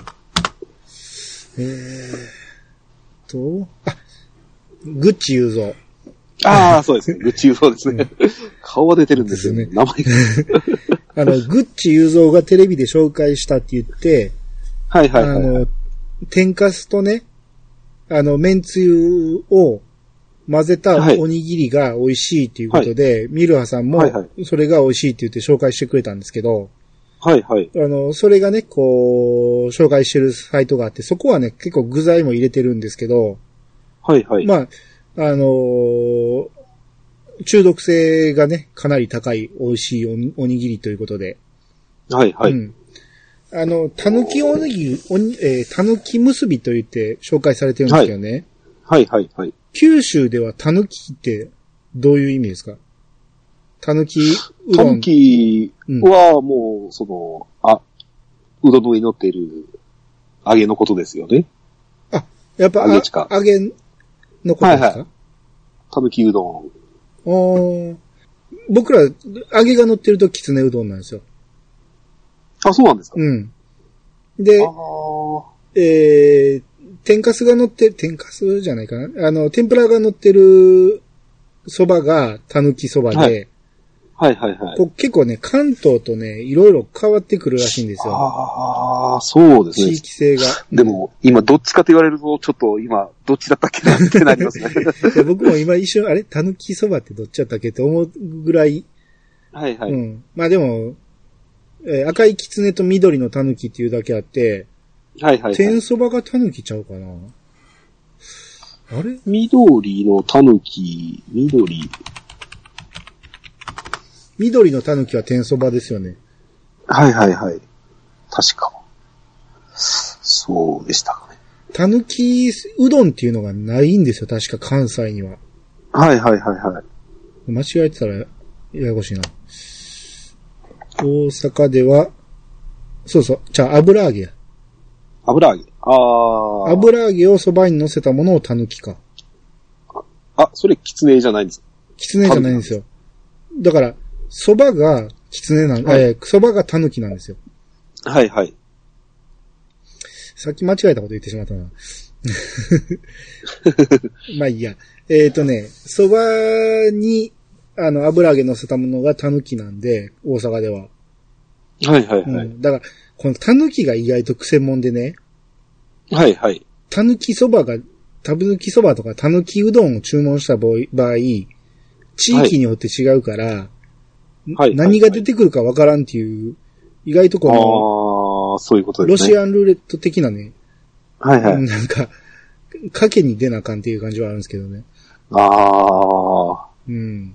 えーと、あ、グッチ雄三。 ああ、そうですね。グッチ雄三ですね。うん、顔は出てるんですよね。名前が。 あの、グッチ雄三がテレビで紹介したって言って、 はいはいはい、はい。 あの、天かすとね、あの、麺つゆを混ぜたおにぎりが美味しいっていうことで、はい、ミルハさんもそれが美味しいって言って紹介してくれたんですけど、 はいはい。 あの、それがね、こう、紹介してるサイトがあって、そこはね、結構具材も入れてるんですけど、 はいはい。 まあ、あのー、中毒性がね、かなり高い美味しい お, おにぎりということで。 はいはい。うん。 あの、たぬきおにぎり、おにえー、たぬき結びと言って紹介されてるんですけどね。 はい、はい、はいはい。 九州ではたぬきってどういう意味ですか？たぬきうどん。 たぬきはもう、その、あ、うどんの上に乗っている揚げのことですよね。 あ、やっぱ揚げか。揚げのことですか？はいはい。 たぬきうどん。 お僕ら、揚げが乗ってるときつねうどんなんですよ。 あ、そうなんですか？ うん。で、えー、天かすが乗って、天かすじゃないかな。あの、天ぷらが乗ってる蕎麦がたぬき蕎麦で、はい、 はいはいはい。 こ結構ね、関東とね、いろいろ変わってくるらしいんですよ。 ああ、そうですね。 地域性が。 でも、今どっちかと言われると、ちょっと今、どっちだったっけなってなりますね。 いや僕も今一瞬、あれたぬきそばってどっちだったっけって思うぐらい。 はいはい。 うん。まあでも、えー、赤いきつねと緑のたぬきっていうだけあって、 はいはい、はい。 天そばがたぬきちゃうかな。あれ緑のたぬき、緑。 緑のたぬきは天そばですよね。 はいはいはい。確か。そうでしたかね。 たぬきうどんっていうのがないんですよ、確か関西には。 はいはいはいはい。 間違えてたらややこしいな。大阪では、そうそう、じゃあ油揚げや。 油揚げ。ああ。 油揚げをそばに乗せたものをたぬきか。 あ、それきつねじゃないんですか？ きつねじゃないんですよ。だから、そばがきつねなん、はい、えー、そばがたぬきなんですよ。 はいはい。 さっき間違えたこと言ってしまったな。まあいいや。えっ、ー、とね、そばに、あの、油揚げ乗せたものがたぬきなんで、大阪では。 はいはいはい。 うん、だから、このたぬきが意外と癖もんでね。 はいはい。 たぬきそばが、たぬきそばとかたぬきうどんを注文した場合、地域によって違うから、はい、何が出てくるかわからんっていう、意外とこの、 ああ、そういうことですね。 ロシアンルーレット的なね。 はいはい。 なんか、賭けに出なあかんっていう感じはあるんですけどね。 ああ。 うん。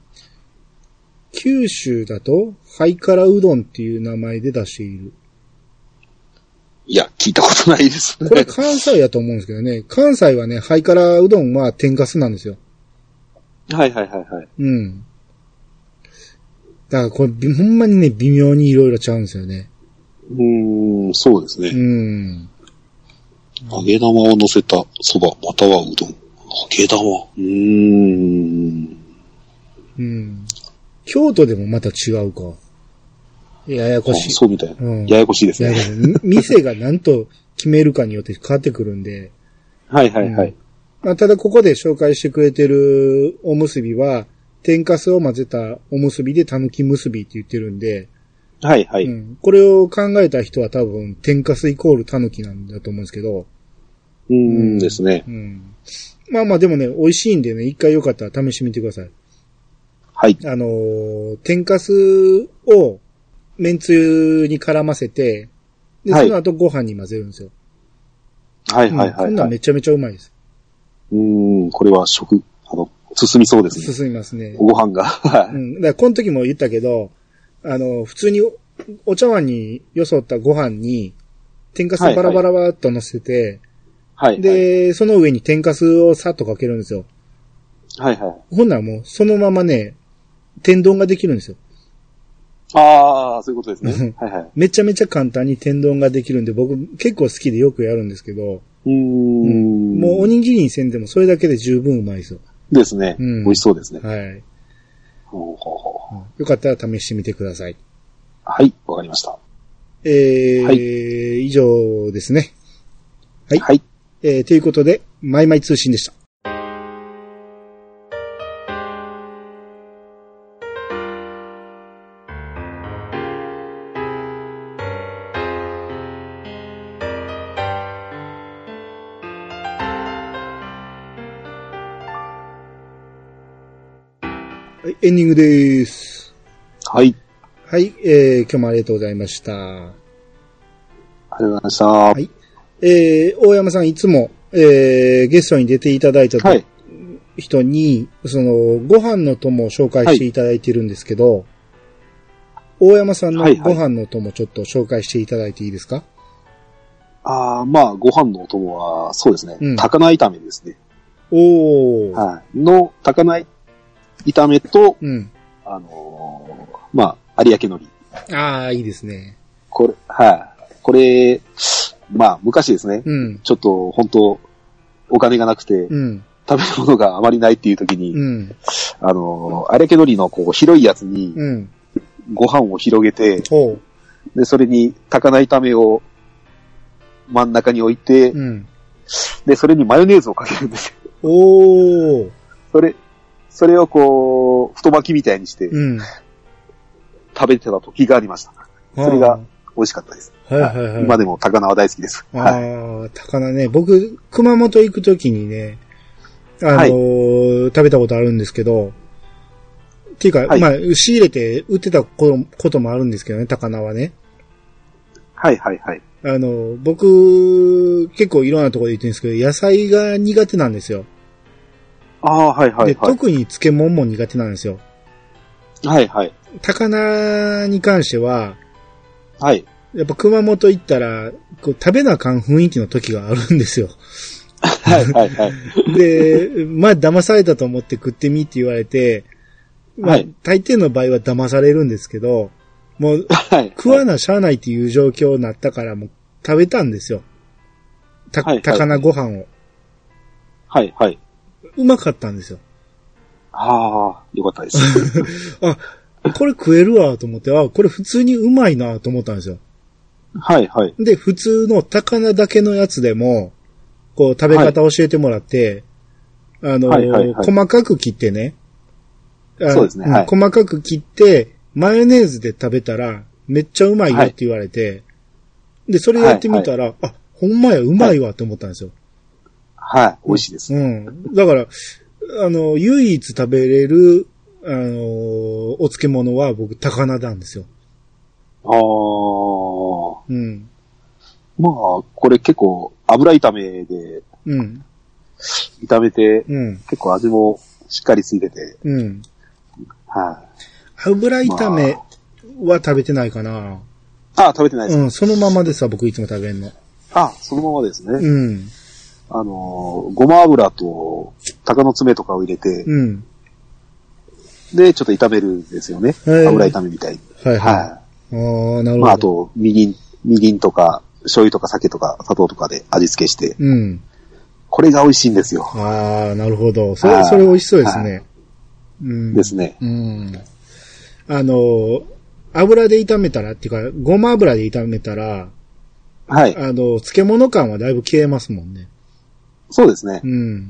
九州だと、ハイカラうどんっていう名前で出している。 いや、聞いたことないですね。 これ関西やと思うんですけどね。関西はね、ハイカラうどんは天かすなんですよ。 はいはいはいはい。 うん。だからこれ、ほんまにね、微妙にいろいろちゃうんですよね。 うーん、そうですね。 うん。 揚げ玉を乗せたそば、またはうどん。揚げ玉。うーん。 うん。京都でもまた違うか。ややこしい。 そうみたいな、うん。ややこしいですね。 店が何と決めるかによって変わってくるんで。 はいはいはい。うん、 まあ、ただここで紹介してくれてるおむすびは、天かすを混ぜたおむすびでたぬきむすびって言ってるんで。 はいはい。 うん、これを考えた人は多分、天かすイコールたぬきなんだと思うんですけど。 うーんですね。 うん。まあまあでもね、美味しいんでね、一回よかったら試してみてください。 はい。 あのー、天かすを、めんつゆに絡ませて、で、その後ご飯に混ぜるんですよ。 はいはいはい、はい。 こんなんめちゃめちゃうまいです。 うーん、これは食、あの、進みそうですね。 進みますね。 ご飯が。 うん。だからこの時も言ったけど、あの、普通にお茶碗によそったご飯に、天かすバラバラバラっと乗せて、はい、はい。で、その上に天かすをさっとかけるんですよ。 はいはい。 ほんならもう、そのままね、天丼ができるんですよ。 ああ、そういうことですね。はいはい。 めちゃめちゃ簡単に天丼ができるんで、僕結構好きでよくやるんですけど。 うーん。うん、 もうおにぎりにせんでもそれだけで十分うまいですよ。 ですね。うん。美味しそうですね。 はい。 ほうほうほう。 よかったら試してみてください。 はい、わかりました。 えー、はい、以上ですね。はい。 はい。 えー、ということで、マイマイ通信でした。はい、エンディングでーす。 はい。 はい、えー、今日もありがとうございました。 ありがとうございました。 はい。えー、大山さんいつも、えー、ゲストに出ていただいた、はい、人に、その、ご飯の友を紹介していただいているんですけど、はい、大山さんのご飯の友ちょっと紹介していただいていいですか？はいはい、 ああ、まあ、ご飯のお供は、そうですね。うん、高菜炒めですね。 おー。 はい。の、高菜炒めと、 うん、 あのー、まあ、有明海苔。 ああ、いいですね。 これ、はい。これ、まあ、昔ですね。 うん、 ちょっと、本当お金がなくて、 うん、 食べるものがあまりないっていう時に、 うん、 あのー、有明海苔のこう、広いやつに、 うん、 ご飯を広げて、 うん、 で、それに高菜炒めを真ん中に置いて、 うん、 で、それにマヨネーズをかけるんですよ。 おー。 それ、それをこう、太巻きみたいにして、 うん、 食べてた時がありました。それが美味しかったです。 はいはいはい。 今でも高菜は大好きです。 ああ、はい、高菜ね。僕、熊本行く時にね、あのーはい、食べたことあるんですけど、っていうか、はい、まあ、仕入れて売ってたこともあるんですけどね、高菜はね。 はいはいはい。 あの、僕、結構いろんなところで言ってるんですけど、野菜が苦手なんですよ。 ああ、はいはいはい。で、 特に漬物も苦手なんですよ。 はいはい。 高菜に関しては、 はい。 やっぱ熊本行ったら、こう食べなあかん雰囲気の時があるんですよ。 はいはいはい。 で、まあ騙されたと思って食ってみって言われて、まあ、はい、大抵の場合は騙されるんですけど、もう、はい、食わなしゃあないっていう状況になったからもう食べたんですよ。た、はいはい、高菜ご飯を。 はいはい。 うまかったんですよ。 ああ、よかったです。 あ、これ食えるわと思って、あ、これ普通にうまいなと思ったんですよ。 はいはい。 で、普通の高菜だけのやつでも、こう食べ方教えてもらって、はい、あの、はいはいはい、細かく切ってね。 そうですね、はい。 細かく切って、マヨネーズで食べたら、めっちゃうまいよって言われて、はい、で、それやってみたら、はいはい、あ、ほんまや、うまいわって思ったんですよ。 はい、はい、美味しいです。 うん。だから、あの、唯一食べれる、あの、お漬物は僕、高菜なんですよ。 ああ。 うん。 まあ、これ結構、油炒めで、 うん。 炒めて、 うん、 結構味もしっかりついてて、 うん。 はい、 油炒めは食べてないかな。 ああ、食べてないです。 うん、そのままでさ、僕いつも食べるの。 ああ、そのままですね。 うん。 あの、ごま油と、鷹の爪とかを入れて、 うん。 で、ちょっと炒めるんですよね。油炒めみたいに。 はいはい。はい、ああ、なるほど。 まあ、あと、みりん、みりんとか、醤油とか酒とか砂糖とかで味付けして。 うん。 これが美味しいんですよ。 ああ、なるほど。それ、それ美味しそうですね。 うん、ですね。 うん。あの、油で炒めたら、っていうか、ごま油で炒めたら、 はい。 あの、漬物感はだいぶ消えますもんね。 そうですね。 うん。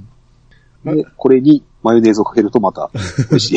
で、これにマヨネーズをかけるとまた美味しい。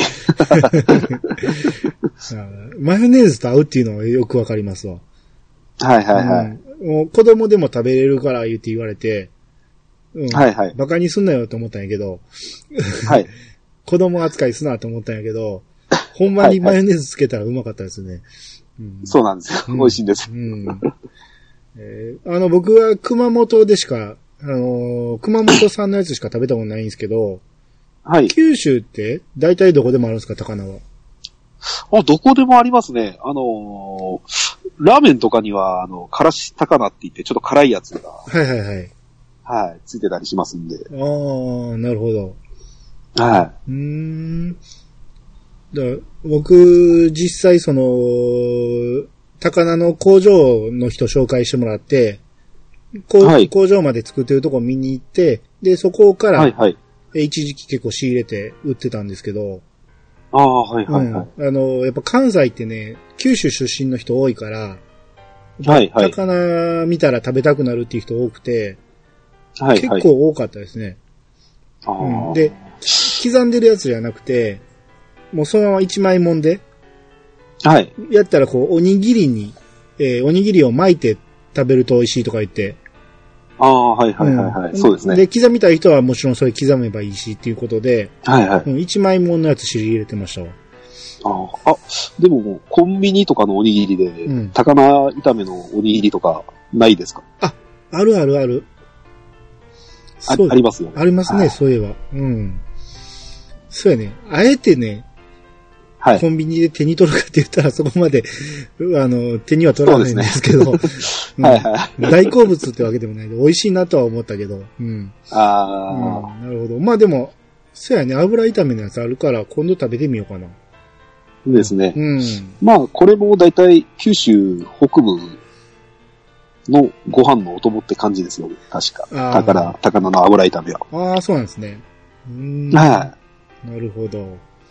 マヨネーズと合うっていうのはよくわかりますわ。 はいはいはい。 うん、もう子供でも食べれるから言って言われて、うん、 はいはい。 バカにすんなよと思ったんやけど、 はい。 子供扱いすなと思ったんやけど、ほんまにマヨネーズつけたらうまかったですね。はいはい、 うん、そうなんですよ。うん、美味しいんです。 うんえー、あの、僕は熊本でしか、あのー、熊本産のやつしか食べたことないんですけど、 はい。 九州って大体どこでもあるんですか、高菜は。 あ、どこでもありますね。あのー、ラーメンとかには、あの、からし高菜って言って、ちょっと辛いやつが。 はいはいはい。 はい。ついてたりしますんで。 ああ、なるほど。 はい。 うーん。だ僕、実際その、高菜の工場の人紹介してもらって、はい、工場まで作ってるとこ見に行って、で、そこから、はいはい、一時期結構仕入れて売ってたんですけど、 ああ、はいはいはい、 うん。あの、やっぱ関西ってね、九州出身の人多いから、 はいはい。 高菜見たら食べたくなるっていう人多くて、はいはい、結構多かったですね。 あうん、で、刻んでるやつじゃなくて、もうそのまま一枚もんで、 はい。 やったらこう、おにぎりに、えー、おにぎりを巻いて食べると美味しいとか言って。 ああ、はいはいはいはい、うん。そうですね。 で、刻みたい人はもちろんそれ刻めばいいしっていうことで、 はいはい。 うん、一枚もんのやつ知り入れてましたわ。 ああ、でももう、コンビニとかのおにぎりで、うん、高菜炒めのおにぎりとかないですか？ あ、あるあるある。 あ, ありますよね。 ありますね、はい、そういえば。うん。そうやね。あえてね、はい、コンビニで手に取るかって言ったらそこまで、あの、手には取らないんですけど、 うん、はいはい。 大好物ってわけでもないで、美味しいなとは思ったけど、うん。 ああ、 うん。なるほど。まあでも、そうやね、油炒めのやつあるから今度食べてみようかな。 ですね。 うん。 まあ、これもだいたい九州北部のご飯のお供って感じですよね。確か。高菜、高菜の油炒めは。 ああ、そうなんですね。うん。 はい。 なるほど。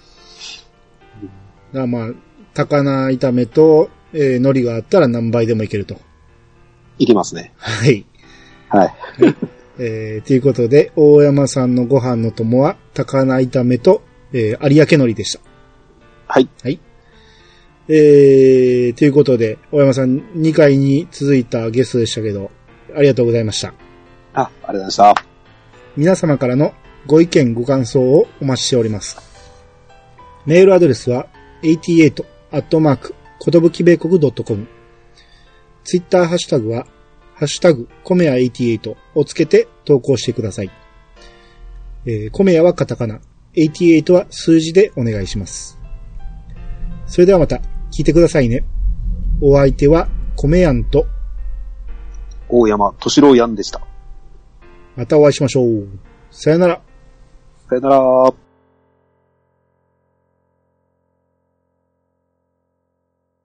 だからまあ、高菜炒めと、えー、海苔があったら何倍でもいけると。 いけますね。 はい。 はい。はい、 えー、ということで、大山さんのご飯の友は、高菜炒めと、えー、有明海苔でした。 はい。 はい。 えー、ということで、大山さんにかいに続いたゲストでしたけど、ありがとうございました。 あ、ありがとうございました。 皆様からのご意見ご感想をお待ちしております。メールアドレスは はちじゅうはち アットマーク、ことぶき米国 .com。ツイッターハッシュタグは、ハッシュタグ、コメヤはちじゅうはちをつけて投稿してください。えー、コメヤはカタカナ、はちじゅうはちは数字でお願いします。それではまた、聞いてくださいね。お相手は、コメヤンと、 大山敏郎ヤンでした。 またお会いしましょう。さよなら。 さよなら。